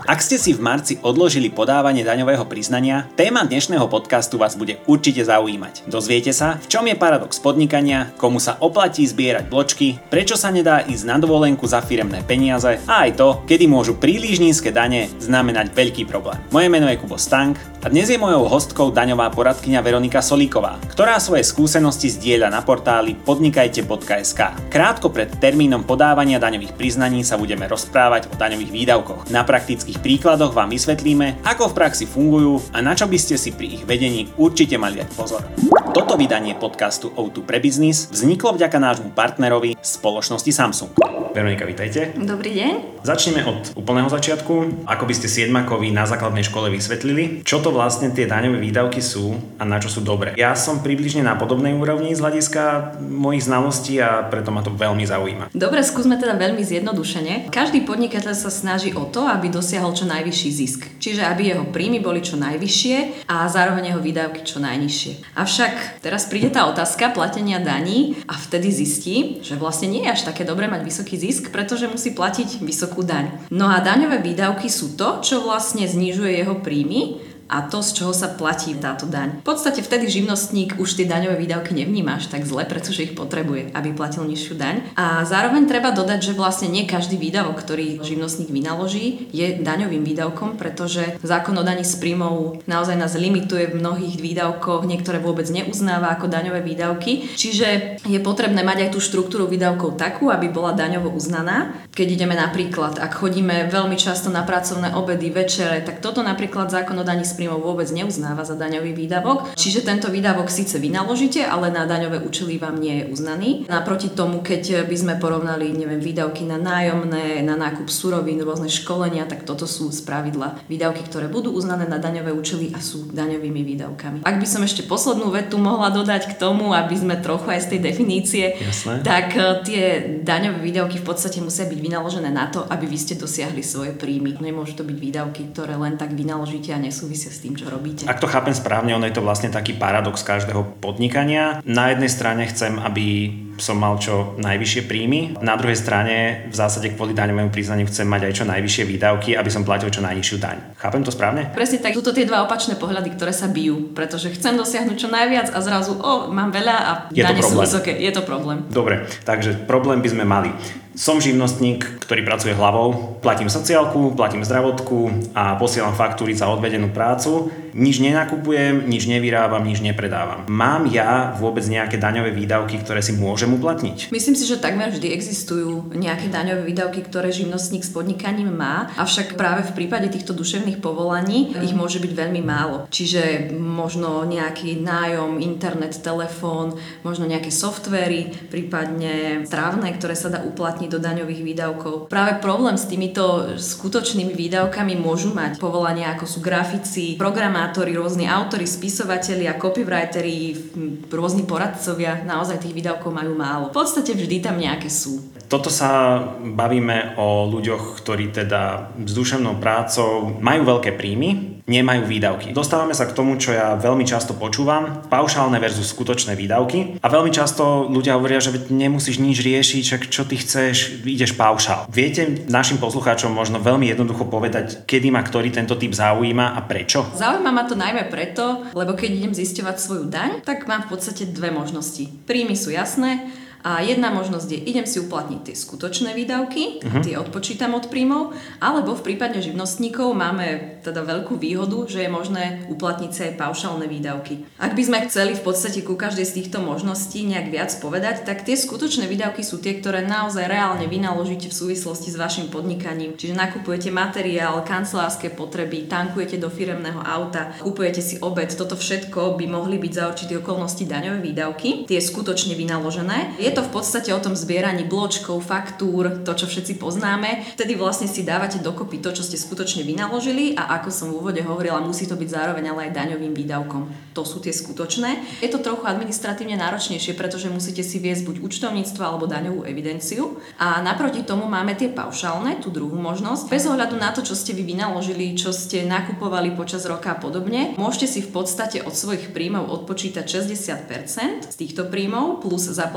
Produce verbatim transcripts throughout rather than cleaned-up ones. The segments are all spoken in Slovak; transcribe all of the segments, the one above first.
Ak ste si v marci odložili podávanie daňového priznania, téma dnešného podcastu vás bude určite zaujímať. Dozviete sa, v čom je paradox podnikania, komu sa oplatí zbierať bločky, prečo sa nedá ísť na dovolenku za firemné peniaze a aj to, kedy môžu príliš nízke dane znamenať veľký problém. Moje meno je Kubo Stank a dnes je mojou hostkou daňová poradkyňa Veronika Solíková, ktorá svoje skúsenosti zdieľa na portáli podnikajte bodka es ká. Krátko pred termínom podávania daňových priznaní sa budeme rozprávať o daňových výdavkoch. Na praktických príkladoch vám vysvetlíme, ako v praxi fungujú a na čo by ste si pri ich vedení určite mali dať pozor. Toto vydanie podcastu ó dva pre biznis vzniklo vďaka nášmu partnerovi spoločnosti Samsung. Veronika, vitajte. Dobrý deň. Začneme od úplného začiatku. Ako by ste siedmakovi na základnej škole vysvetlili, čo to vlastne tie daňové výdavky sú a na čo sú dobré? Ja som približne na podobnej úrovni z hľadiska mojich znalostí a preto ma to veľmi zaujíma. Dobre, skúsme teda veľmi zjednodušene. Každý podnikateľ sa snaží o to, aby dosiahol čo najvyšší zisk. Čiže aby jeho príjmy boli čo najvyššie a zároveň jeho výdavky čo najnižšie. Avšak teraz príde tá otázka platenia daní a vtedy zistí, že vlastne nie je až také dobré mať vysoký zisk, pretože musí platiť vysokú daň. No a daňové výdavky sú to, čo vlastne znižuje jeho príjmy a to, z čoho sa platí táto daň. V podstate vtedy živnostník už tie daňové výdavky nevníma až tak zle, pretože ich potrebuje, aby platil nižšiu daň. A zároveň treba dodať, že vlastne nie každý výdavok, ktorý živnostník vynaloží, je daňovým výdavkom, pretože zákon o daní z príjmov naozaj nás limituje v mnohých výdavkoch, niektoré vôbec neuznáva ako daňové výdavky. Čiže je potrebné mať aj tú štruktúru výdavkov takú, aby bola daňovo uznaná. Keď ideme napríklad, ak chodíme veľmi často na pracovné obedy, večere, tak toto napríklad zákon o daní z príjmov vôbec neuznáva za daňový výdavok. Čiže tento výdavok síce vynaložíte, ale na daňové účely vám nie je uznaný. Naproti tomu, keď by sme porovnali, neviem, výdavky na nájomné, na nákup surovín, rôzne školenia, tak toto sú spravidla výdavky, ktoré budú uznané na daňové účely a sú daňovými výdavkami. Ak by som ešte poslednú vetu mohla dodať k tomu, aby sme trochu aj z tej definície, Jasné. tak tie daňové výdavky v podstate musia byť vynaložené na to, aby vy ste dosiahli svoje príjmy. Nemôžu to byť výdavky, ktoré len tak vynaložíte a nesúvisia s tým, čo robíte. Ak to chápem správne, ono je to vlastne taký paradox každého podnikania. Na jednej strane chcem, aby som mal čo najvyššie príjmy, na druhej strane v zásade kvôli daňovému priznaniu chcem mať aj čo najvyššie výdavky, aby som platil čo najnižšiu daň. Chápem to správne? Presne tak. Sú to tie dva opačné pohľady, ktoré sa bijú, pretože chcem dosiahnuť čo najviac a zrazu o, mám veľa a dane sú vysoké. Je to problém. Dobre, takže problém by sme mali. Som živnostník, ktorý pracuje hlavou, platím sociálku, platím zdravotku a posielam faktúry za odvedenú prácu. Nič nenakupujem, nič nevyrábam, nič nepredávam. Mám ja vôbec nejaké daňové výdavky, ktoré si môžem uplatniť? Myslím si, že takmer vždy existujú nejaké daňové výdavky, ktoré živnostník s podnikaním má, avšak práve v prípade týchto duševných povolaní ich môže byť veľmi málo. Čiže možno nejaký nájom, internet, telefón, možno nejaké softvery, prípadne strávne, ktoré sa dá uplatniť do daňových výdavkov. Práve problém s týmito skutočnými výdavkami môžu mať povolania, ako sú grafici, programátori, rôzni autori, spisovatelia, copywriteri, rôzni poradcovia. Naozaj tých výdavkov majú málo. V podstate vždy tam nejaké sú. Toto sa bavíme o ľuďoch, ktorí teda s duševnou prácou majú veľké príjmy, nemajú výdavky. Dostávame sa k tomu, čo ja veľmi často počúvam, paušálne versus skutočné výdavky. A veľmi často ľudia hovoria, že nemusíš nič riešiť, čak čo ty chceš, ideš paušál. Viete našim poslucháčom možno veľmi jednoducho povedať, kedy ma ktorý tento typ zaujíma a prečo? Zaujíma ma to najmä preto, lebo keď idem zisťovať svoju daň, tak mám v podstate dve možnosti. Príjmy sú jasné. A jedna možnosť je, idem si uplatniť tie skutočné výdavky, uh-huh. tie odpočítam od príjmov, alebo v prípade živnostníkov máme teda veľkú výhodu, že je možné uplatniť si aj paušálne výdavky. Ak by sme chceli v podstate ku každej z týchto možností nejak viac povedať, tak tie skutočné výdavky sú tie, ktoré naozaj reálne vynaložíte v súvislosti s vašim podnikaním. Čiže nakupujete materiál, kancelárske potreby, tankujete do firemného auta, kupujete si obed, toto všetko by mohli byť za určitých okolností daňové výdavky, tie skutočne vynaložené. Je to v podstate o tom zbieraní bločkov, faktúr, to, čo všetci poznáme. Vtedy vlastne si dávate dokopy to, čo ste skutočne vynaložili a ako som v úvode hovorila, musí to byť zároveň ale aj daňovým výdavkom. To sú tie skutočné. Je to trochu administratívne náročnejšie, pretože musíte si viesť buď účtovníctvo alebo daňovú evidenciu. A naproti tomu máme tie paušálne, tú druhú možnosť. Bez ohľadu na to, čo ste vy vynaložili, čo ste nakupovali počas roka a podobne, môžete si v podstate od svojich príjmov odpočítať šesťdesiat percent z týchto príjmov plus zaplatené odvody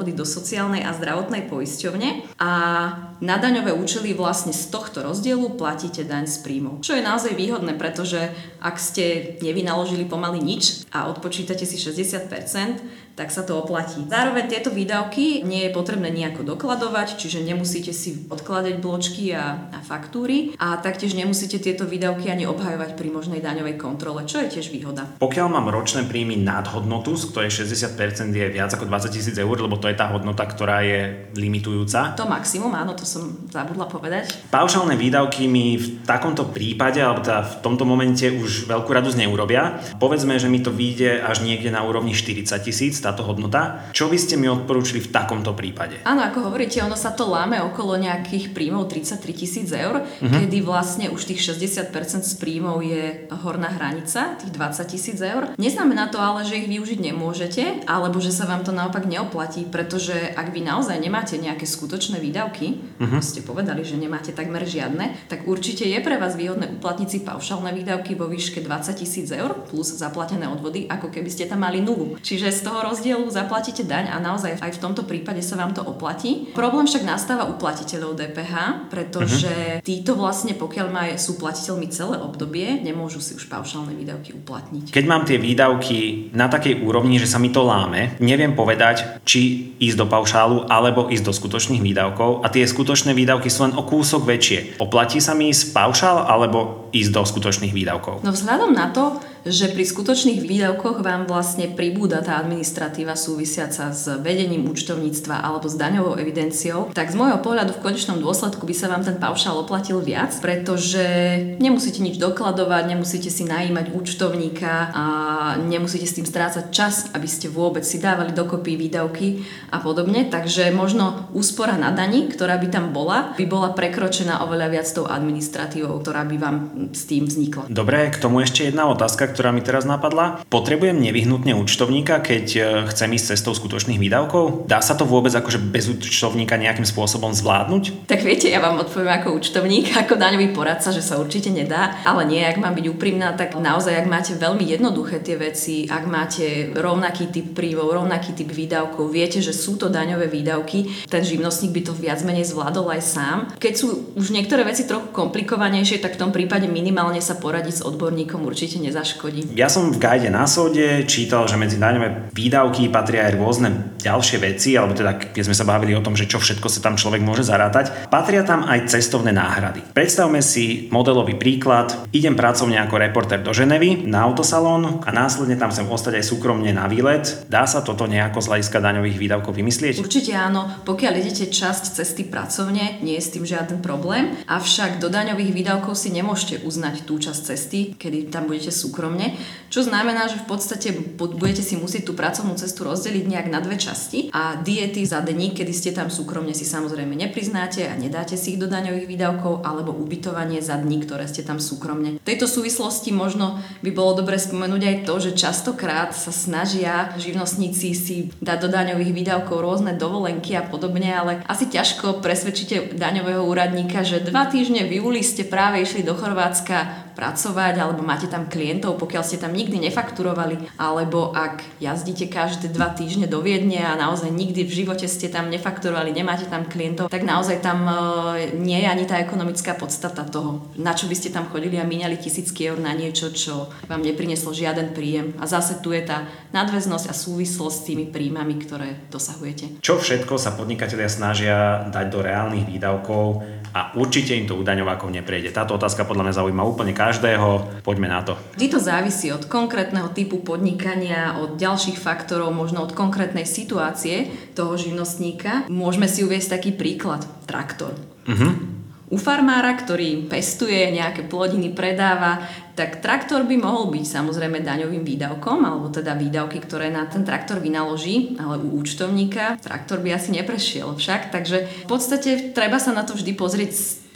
odvody do sociálnej a zdravotnej poisťovne a na daňové účely vlastne z tohto rozdielu platíte daň z príjmov. Čo je naozaj výhodné, pretože ak ste nevynaložili pomaly nič a odpočítate si šesťdesiat percent, tak sa to oplatí. Zároveň tieto výdavky nie je potrebné nejako dokladovať, čiže nemusíte si odkladať bločky a, a faktúry a taktiež nemusíte tieto výdavky ani obhajovať pri možnej daňovej kontrole, čo je tiež výhoda. Pokiaľ mám ročné príjmy nad hodnotu, z ktorej šesťdesiat percent je viac ako dvadsať tisíc eur, lebo to je tá hodnota, ktorá je limitujúca. To maximum, áno, to som zabudla povedať. Paušálne výdavky mi v takomto prípade, alebo teda v tomto momente už veľkú radosť neurobia. Povedzme, že mi to vyjde až niekde na úrovni štyridsať tisíc, táto hodnota. Čo by ste mi odporúčili v takomto prípade? Áno, ako hovoríte, ono sa to láme okolo nejakých príjmov tridsaťtri tisíc eur, uh-huh. kedy vlastne už tých šesťdesiat percent z príjmov je horná hranica, tých dvadsať tisíc eur. Neznamená to ale, že ich využiť nemôžete, alebo že sa vám to naopak neoplatí, pretože ak vy naozaj nemáte nejaké skutočné výdavky, uh-huh. ako ste povedali, že nemáte takmer žiadne, tak určite je pre vás výhodné uplatniť si paušálne výdavky vo výške dvadsať tisíc eur plus zaplatené odvody, ako keby ste tam mali nulu. Čiže z toho rozdielu zaplatíte daň a naozaj aj v tomto prípade sa vám to oplatí. Problém však nastáva u platiteľov dé pé há, pretože uh-huh. títo vlastne, pokiaľ majú, sú platiteľmi celé obdobie, nemôžu si už paušálne výdavky uplatniť. Keď mám tie výdavky na takej úrovni, že sa mi to láme, neviem povedať, či ísť do paušálu alebo ísť do skutočných výdavkov a tie skutočné výdavky sú len o kúsok väčšie. Oplatí sa mi ísť paušál alebo ísť do skutočných výdavkov? No vzhľadom na to, že pri skutočných výdavkoch vám vlastne pribúda tá administratíva súvisiaca s vedením účtovníctva alebo s daňovou evidenciou, tak z môjho pohľadu v konečnom dôsledku by sa vám ten paušál oplatil viac, pretože nemusíte nič dokladovať, nemusíte si najímať účtovníka a nemusíte s tým strácať čas, aby ste vôbec si dávali dokopy výdavky a podobne, takže možno úspora na dani, ktorá by tam bola, by bola prekročená oveľa viac tou administratívou, ktorá by vám s tým vznikla. Dobre, k tomu ešte jedna otázka, ktorá mi teraz napadla. Potrebujem nevyhnutne účtovníka, keď chcem ísť cestou skutočných výdavkov? Dá sa to vôbec akože bez účtovníka nejakým spôsobom zvládnuť? Tak viete, ja vám odpoviem ako účtovník, ako daňový poradca, že sa určite nedá, ale nie, ak mám byť úprimná, tak naozaj, ak máte veľmi jednoduché tie veci, ak máte rovnaký typ príjmov, rovnaký typ výdavkov, viete, že sú to daňové výdavky, ten živnostník by to viac menej zvládol aj sám. Keď sú už niektoré veci trochu komplikovanejšie, tak v tom prípade minimálne sa poradiť s odborníkom určite nezaškodí. Ja som v guide na súde čítal, že medzi daňové výdavky patria aj rôzne ďalšie veci, alebo teda keď sme sa bavili o tom, že čo všetko sa tam človek môže zarátať, patria tam aj cestovné náhrady. Predstavme si modelový príklad. Idem pracovne ako reportér do Ženevy na autosalón a následne tam chcem ostať aj súkromne na výlet. Dá sa toto nejako z hľadiska daňových výdavkov vymyslieť? Určite áno. Pokiaľ idete časť cesty pracovne, nie je s tým žiaden problém, avšak do daňových výdavkov si nemôžete uznať tú časť cesty, kedy tam budete súkromne, čo znamená, že v podstate budete si musieť tú pracovnú cestu rozdeliť nejak na dve časti a diety za dní, kedy ste tam súkromne, si samozrejme nepriznáte a nedáte si ich do daňových výdavkov, alebo ubytovanie za dní, ktoré ste tam súkromne. V tejto súvislosti možno by bolo dobre spomenúť aj to, že častokrát sa snažia živnostníci si dať do daňových výdavkov rôzne dovolenky a podobne, ale asi ťažko presvedčíte daňového úradníka, že dva týždne v júli ste práve išli do Chorvátska pracovať, alebo máte tam klientov, pokiaľ ste tam nikdy nefakturovali, alebo ak jazdíte každé dva týždne do Viedne a naozaj nikdy v živote ste tam nefakturovali, nemáte tam klientov, tak naozaj tam e, nie je ani tá ekonomická podstata toho, na čo by ste tam chodili a míňali tisícky eur na niečo, čo vám neprineslo žiaden príjem. A zase tu je tá nadväznosť a súvislosť s tými príjmami, ktoré dosahujete. Čo všetko sa podnikatelia snažia dať do reálnych výdavkov a určite im to u daňovákov neprejde? Táto otázka podľa mňa zaujíma úplne každého. Poďme na to. Vždy to závisí od konkrétneho typu podnikania, od ďalších faktorov, možno od konkrétnej situácie toho živnostníka. Môžeme si uviesť taký príklad. Traktor. Uh-huh. U farmára, ktorý pestuje, nejaké plodiny predáva, tak traktor by mohol byť samozrejme daňovým výdavkom, alebo teda výdavky, ktoré na ten traktor vynaloží, ale u účtovníka traktor by asi neprešiel však, takže v podstate treba sa na to vždy pozrieť z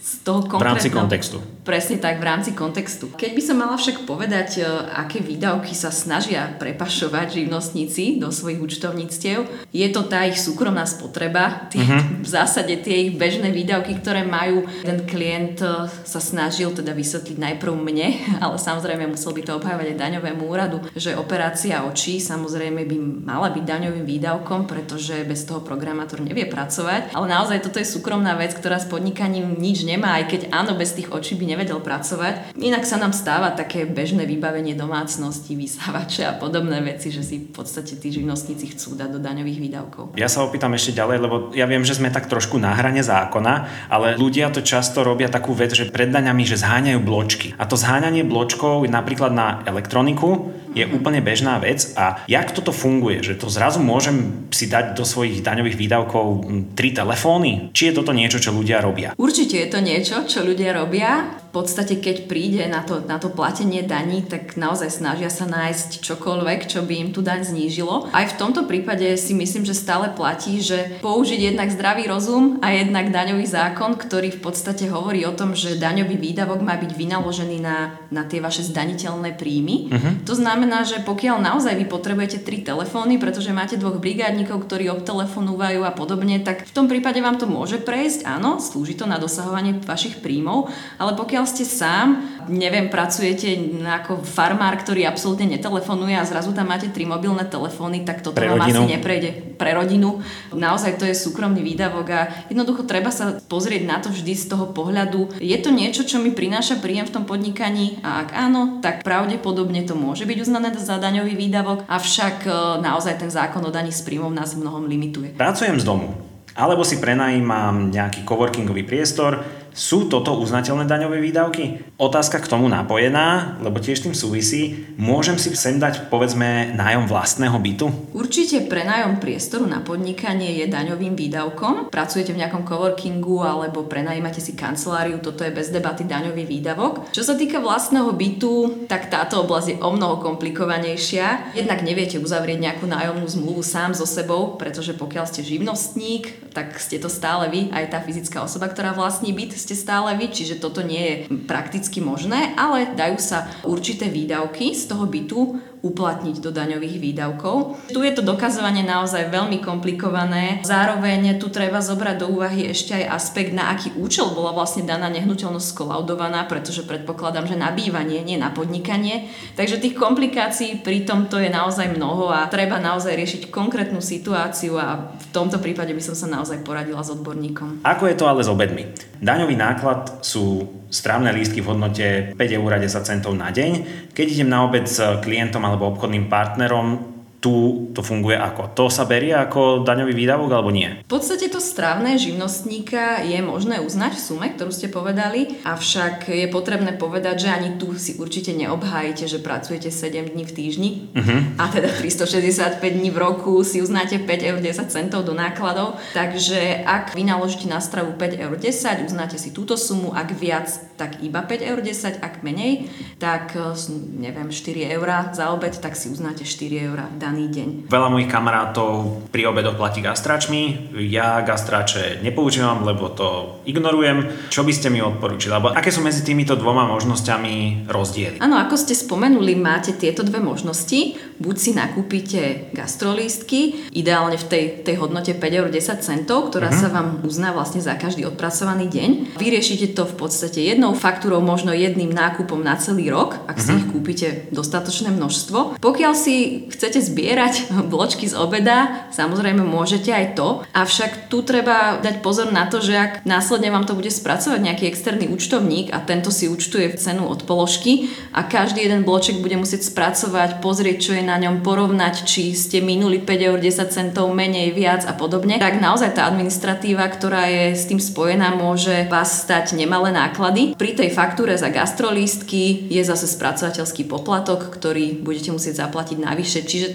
z toho konkrétneho... V rámci kontextu. Presne tak, v rámci kontextu. Keď by som mala však povedať, aké výdavky sa snažia prepašovať živnostníci do svojich účtovníctiev, je to tá ich súkromná spotreba, tie, uh-huh. v zásade tie ich bežné výdavky, ktoré majú. Ten klient sa snažil teda vysvetliť najprv mne, ale samozrejme musel by to obhajovať aj daňovému úradu, že operácia očí samozrejme by mala byť daňovým výdavkom, pretože bez toho programátor nevie pracovať. Ale naozaj toto je súkromná vec, ktorá s podnikaním nič nemá, aj keď áno, bez tých očí by nevedel pracovať. Inak sa nám stáva také bežné vybavenie domácnosti, vysávače a podobné veci, že si v podstate tí živnostníci chcú dať do daňových výdavkov. Ja sa opýtam ešte ďalej, lebo ja viem, že sme tak trošku na hrane zákona, ale ľudia to často robia takú vec, že pred daňami, že zháňajú bločky. A to zháňanie bločkov napríklad na elektroniku je mm-hmm. úplne bežná vec. A jak toto funguje? Že to zrazu môžem si dať do svojich daňových výdavkov tri telefóny? Či je toto niečo, čo ľudia robia? Určite je to niečo, čo ľudia robia. V podstate, keď príde na to, na to platenie daní, tak naozaj snažia sa nájsť čokoľvek, čo by im tú daň znížilo. Aj v tomto prípade si myslím, že stále platí, že použiť jednak zdravý rozum a jednak daňový zákon, ktorý v podstate hovorí o tom, že daňový výdavok má byť vynaložený na, na tie vaše zdaniteľné príjmy. Uh-huh. To znamená, že pokiaľ naozaj vy potrebujete tri telefóny, pretože máte dvoch brigádnikov, ktorí obtelefonúvajú a podobne, tak v tom prípade vám to môže prejsť, áno, slúži to na dosahovanie vašich príjmov, ale pokiaľ ste sám, neviem, pracujete ako farmár, ktorý absolútne netelefonuje a zrazu tam máte tri mobilné telefóny, tak toto vám asi neprejde. Pre rodinu. Naozaj to je súkromný výdavok a jednoducho treba sa pozrieť na to vždy z toho pohľadu. Je to niečo, čo mi prináša príjem v tom podnikaní a ak áno, tak pravdepodobne to môže byť uznané za daňový výdavok, avšak naozaj ten zákon o daní z príjmov nás v mnohom limituje. Pracujem z domu, alebo si prenajímam nejaký coworkingový priestor. Sú toto uznateľné daňové výdavky? Otázka k tomu napojená, lebo tiež tým súvisí. Môžem si sem dať, povedzme, nájom vlastného bytu? Určite prenájom priestoru na podnikanie je daňovým výdavkom. Pracujete v nejakom coworkingu alebo prenajímate si kanceláriu, toto je bez debaty daňový výdavok. Čo sa týka vlastného bytu, tak táto oblasť je omnoho komplikovanejšia. Jednak neviete uzavrieť nejakú nájomnú zmluvu sám so sebou, pretože pokiaľ ste živnostník, tak ste to stále vy, aj tá fyzická osoba, ktorá vlastní byt, ste stále vy, čiže toto nie je prakticky možné, ale dajú sa určité výdavky z toho bytu uplatniť do daňových výdavkov. Tu je to dokazovanie naozaj veľmi komplikované. Zároveň tu treba zobrať do úvahy ešte aj aspekt, na aký účel bola vlastne daná nehnuteľnosť skolaudovaná, pretože predpokladám, že na bývanie, nie na podnikanie. Takže tých komplikácií pri tomto je naozaj mnoho a treba naozaj riešiť konkrétnu situáciu a v tomto prípade by som sa naozaj poradila s odborníkom. Ako je to ale s obedmi? Daňový náklad sú strávne lístky v hodnote päť eur a desať centov na deň. Keď idem na obed s klientom alebo obchodným partnerom, tu to funguje ako? To sa berie ako daňový výdavok alebo nie? V podstate to strávne živnostníka je možné uznať v sume, ktorú ste povedali, avšak je potrebné povedať, že ani tu si určite neobhájite, že pracujete sedem dní v týždni uh-huh. a teda tristošesťdesiatpäť dní v roku si uznáte päť eur desať centov do nákladov. Takže ak vynaložíte na stravu päť eur desať, uznáte si túto sumu, ak viac, tak iba päť eur desať, ak menej, tak neviem, štyri eurá za obed, tak si uznáte štyri eurá daný deň. Veľa mojich kamarátov pri obedoch platí gastráčmi. Ja gastráče nepoužívam, lebo to ignorujem. Čo by ste mi odporúčili? Alebo aké sú medzi týmito dvoma možnosťami rozdiely? Áno, ako ste spomenuli, máte tieto dve možnosti. Buď si nakúpite gastrolístky, ideálne v tej, tej hodnote päť eur desať centov, ktorá uh-huh. sa vám uzná vlastne za každý odpracovaný deň. Vyriešite to v podstate jednou faktúrou, možno jedným nákupom na celý rok, ak uh-huh. si ich kúpite dostatočné množstvo. Pokiaľ si chcete zbierať bločky z obeda, samozrejme môžete aj to, avšak tu treba dať pozor na to, že ak následne vám to bude spracovať nejaký externý účtovník a tento si účtuje cenu od položky a každý jeden bloček bude musieť spracovať, pozrieť, čo je na ňom, porovnať, či ste minuli päť eur desať centov menej, viac a podobne, tak naozaj tá administratíva, ktorá je s tým spojená, môže vás stať nemalé náklady. Pri tej faktúre za gastrolístky je zase spracovateľský poplatok, ktorý budete musieť zaplatiť navyše, čiže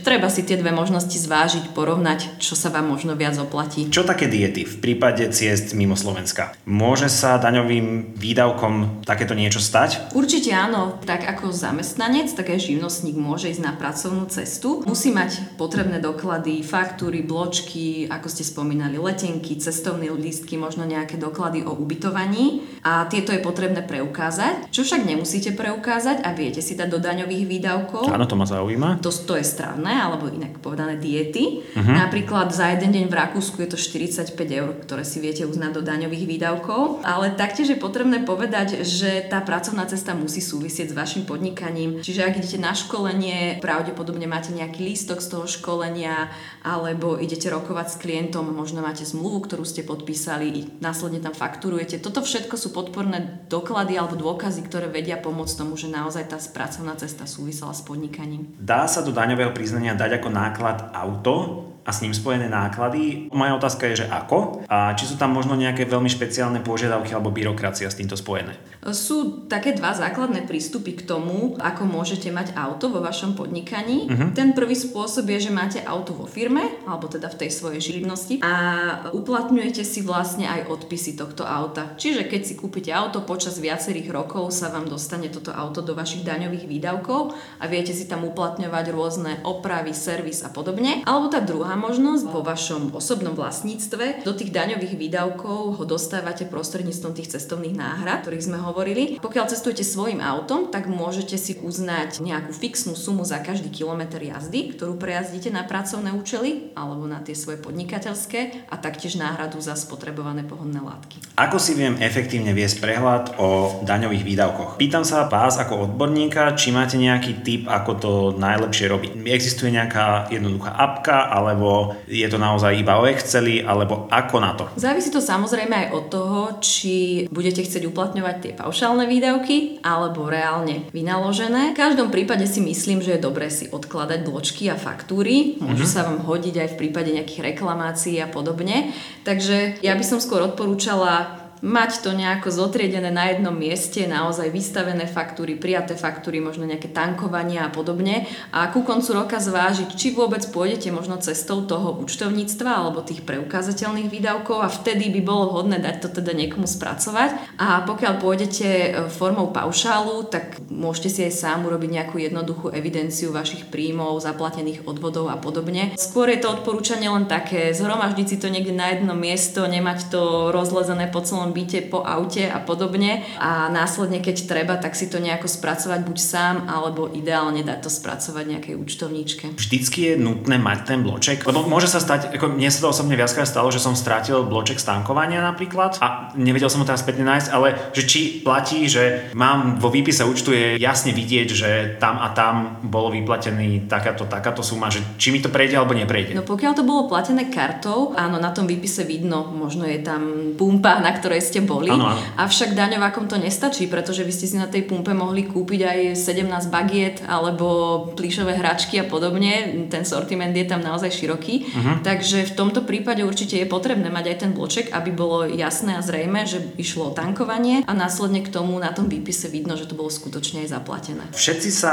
treba si tie dve možnosti zvážiť, porovnať, čo sa vám možno viac oplatí. Čo také diety v prípade ciest mimo Slovenska? Môže sa daňovým výdavkom takéto niečo stať? Určite áno. Tak ako zamestnanec, tak aj živnostník môže ísť na pracovnú cestu. Musí mať potrebné doklady, faktúry, bločky, ako ste spomínali, letenky, cestovné lístky, možno nejaké doklady o ubytovaní a tieto je potrebné preukázať. Čo však nemusíte preukázať a viete si dať do daňových výdavkov. Áno, to ma zaujíma. To, to je stravné, alebo inak povedané diety. Uh-huh. Napríklad za jeden deň v Rakúsku je to štyridsaťpäť eur, ktoré si viete uznať do daňových výdavkov. Ale taktiež je potrebné povedať, že tá pracovná cesta musí súvisieť s vašim podnikaním. Čiže ak idete na školenie, pravdepodobne máte nejaký lístok z toho školenia, alebo idete rokovať s klientom, možno máte zmluvu, ktorú ste podpísali, následne tam fakturujete. Toto všetko sú podporné doklady alebo dôkazy, ktoré vedia pomôcť tomu, že naozaj tá pracovná cesta súvisela s podnikaním. Dá sa do daňového priznania dať ako náklad auto a s ním spojené náklady? Moja otázka je, že ako? A či sú tam možno nejaké veľmi špeciálne požiadavky alebo byrokracia s týmto spojené? Sú také dva základné prístupy k tomu, ako môžete mať auto vo vašom podnikaní. Uh-huh. Ten prvý spôsob je, že máte auto vo firme, alebo teda v tej svojej živnosti a uplatňujete si vlastne aj odpisy tohto auta. Čiže keď si kúpite auto, počas viacerých rokov sa vám dostane toto auto do vašich daňových výdavkov a viete si tam uplatňovať rôzne opravy, servis a podobne. Alebo tá druhá možnosť, vo vašom osobnom vlastníctve do tých daňových výdavkov ho dostávate prostredníctvom tých cestovných náhrad, ktorých sme hovorili. Pokiaľ cestujete svojím autom, tak môžete si uznať nejakú fixnú sumu za každý kilometr jazdy, ktorú prejazdíte na pracovné účely alebo na tie svoje podnikateľské a taktiež náhradu za spotrebované pohonné látky. Ako si viem efektívne viesť prehľad o daňových výdavkoch? Pýtam sa vás ako odborníka, či máte nejaký tip, ako to najlepšie robiť. Existuje nejaká jednoduchá apka, alebo je to naozaj iba o Exceli, alebo ako na to? Závisí to samozrejme aj od toho, či budete chcieť uplatňovať tie paušálne výdavky, alebo reálne vynaložené. V každom prípade si myslím, že je dobré si odkladať bločky a faktúry. Môžu mm-hmm. sa vám hodiť aj v prípade nejakých reklamácií a podobne. Takže ja by som skôr odporúčala mať to nejako zotriedené na jednom mieste, naozaj vystavené faktúry, prijaté faktúry, možno nejaké tankovania a podobne. A ku koncu roka zvážiť, či vôbec pôjdete možno cestou toho účtovníctva alebo tých preukázateľných výdavkov a vtedy by bolo vhodné dať to teda niekomu spracovať. A pokiaľ pôjdete formou paušálu, tak môžete si aj sám urobiť nejakú jednoduchú evidenciu vašich príjmov, zaplatených odvodov a podobne. Skôr je to odporúčanie len také, zhromaždiť si to niekde na jedno miesto, nemať to rozlezené po celom byte, po aute a podobne a následne keď treba, tak si to nejako spracovať buď sám, alebo ideálne dať to spracovať nejakej účtovníčke. Vždycky je nutné mať ten bloček, lebo môže sa stať, ako mne sa to osobne viackrát stalo, že som strátil bloček z tankovania napríklad a nevedel som ho teraz spätne nájsť, ale že či platí, že mám vo výpise účtu je jasne vidieť, že tam a tam bolo vyplatený takáto, takáto suma, že či mi to prejde alebo neprejde. No pokiaľ to bolo platené kartou, áno, na tom výpise vidno, možno je tam pumpa, na ktorej ste boli. Áno, áno. Avšak daňovákom to nestačí, pretože vy ste si na tej pumpe mohli kúpiť aj sedemnásť bagiet alebo plíšové hračky a podobne. Ten sortiment je tam naozaj široký. Uh-huh. Takže v tomto prípade určite je potrebné mať aj ten bloček, aby bolo jasné a zrejmé, že išlo o tankovanie a následne k tomu na tom výpise vidno, že to bolo skutočne aj zaplatené. Všetci sa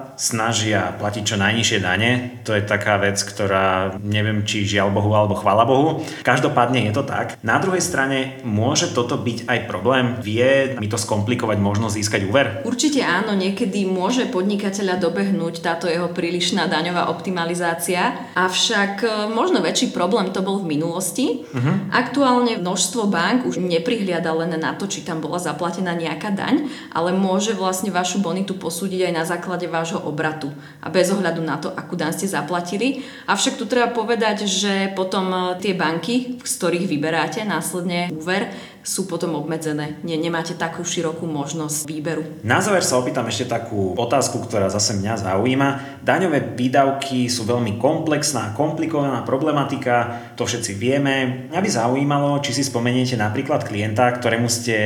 snažia platiť čo najnižšie dane. To je taká vec, ktorá neviem, či žiaľ Bohu alebo chvála Bohu. Každopádne je to tak. Na druhej strane môže toto byť aj problém? Vie mi to skomplikovať možnosť získať úver? Určite áno, niekedy môže podnikateľa dobehnúť táto jeho prílišná daňová optimalizácia, avšak možno väčší problém to bol v minulosti. Uh-huh. Aktuálne množstvo bank už neprihliada len na to, či tam bola zaplatená nejaká daň, ale môže vlastne vašu bonitu posúdiť aj na základe vášho obratu a bez ohľadu na to, akú daň ste zaplatili. Avšak tu treba povedať, že potom tie banky, z ktorých vyberáte následne úver, sú potom obmedzené. Nie, nemáte takú širokú možnosť výberu. Na záver sa opýtam ešte takú otázku, ktorá zase mňa zaujíma. Daňové výdavky sú veľmi komplexná, komplikovaná problematika, to všetci vieme. Mňa by zaujímalo, či si spomeniete napríklad klienta, ktorému ste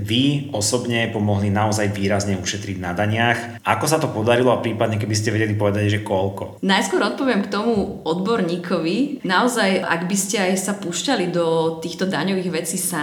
vy osobne pomohli naozaj výrazne ušetriť na daniach. Ako sa to podarilo a prípadne, keby ste vedeli povedať, že koľko? Najskôr odpoviem k tomu odborníkovi. Naozaj, ak by ste aj sa púšťali do týchto daňových vecí sám, myslím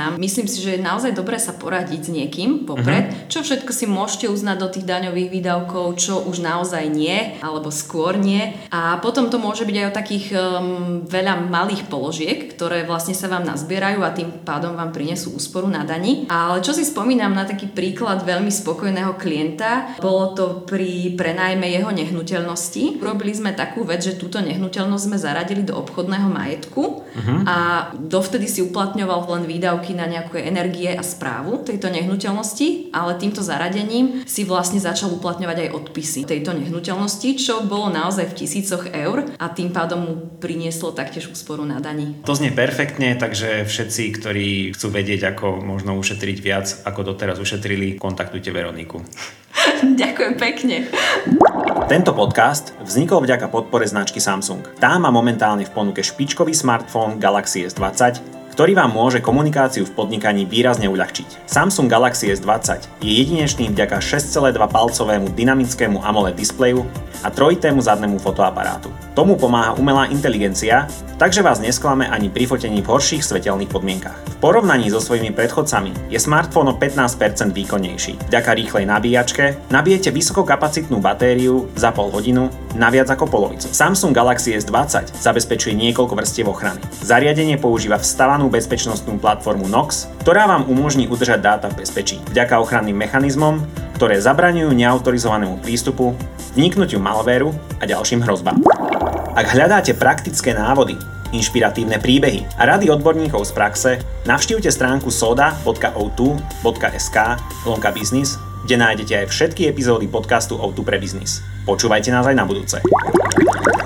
myslím si, že je naozaj dobré sa poradiť s niekým popred, uh-huh. čo všetko si môžete uznať do tých daňových výdavkov, čo už naozaj nie, alebo skôr nie. A potom to môže byť aj o takých um, veľa malých položiek, ktoré vlastne sa vám nazbierajú a tým pádom vám prinesú úsporu na dani. Ale čo si spomínam na taký príklad veľmi spokojného klienta, bolo to pri prenájme jeho nehnuteľnosti. Urobili sme takú vec, že túto nehnuteľnosť sme zaradili do obchodného majetku uh-huh. a dovtedy si uplatňoval len výdavky na nejaké energie a správu tejto nehnuteľnosti, ale týmto zaradením si vlastne začal uplatňovať aj odpisy tejto nehnuteľnosti, čo bolo naozaj v tisícoch eur a tým pádom mu prinieslo taktiež úsporu na dani. To znie perfektne, takže všetci, ktorí chcú vedieť, ako možno ušetriť viac, ako doteraz ušetrili, kontaktujte Veroniku. Ďakujem pekne. Tento podcast vznikol vďaka podpore značky Samsung. Tá má momentálne v ponuke špičkový smartfón Galaxy es dvadsať, ktorý vám môže komunikáciu v podnikaní výrazne uľahčiť. Samsung Galaxy es dvadsať je jedinečný vďaka šesť celé dva palcovému dynamickému AMOLED displeju a trojitému zadnému fotoaparátu. Tomu pomáha umelá inteligencia, takže vás nesklame ani pri fotení v horších svetelných podmienkach. V porovnaní so svojimi predchodcami je smartfón o pätnásť percent výkonnejší. Vďaka rýchlej nabíjačke nabijete vysokokapacitnú batériu za pol hodinu na viac ako polovicu. Samsung Galaxy es dvadsať zabezpečuje niekoľko vrstiev ochrany. Zariadenie používa vstavanú bezpečnostnú platformu Nox, ktorá vám umožní udržať dáta v bezpečí. Vďaka ochranným mechanizmom, ktoré zabraňujú neautorizovanému prístupu, vniknutiu malvéru a ďalším hrozbám. Ak hľadáte praktické návody, inšpiratívne príbehy a rady odborníkov z praxe, navštívte stránku soda bodka o dva bodka es ká lomka biznis, kde nájdete aj všetky epizódy podcastu ó dva pre biznis. Počúvajte nás aj na budúce.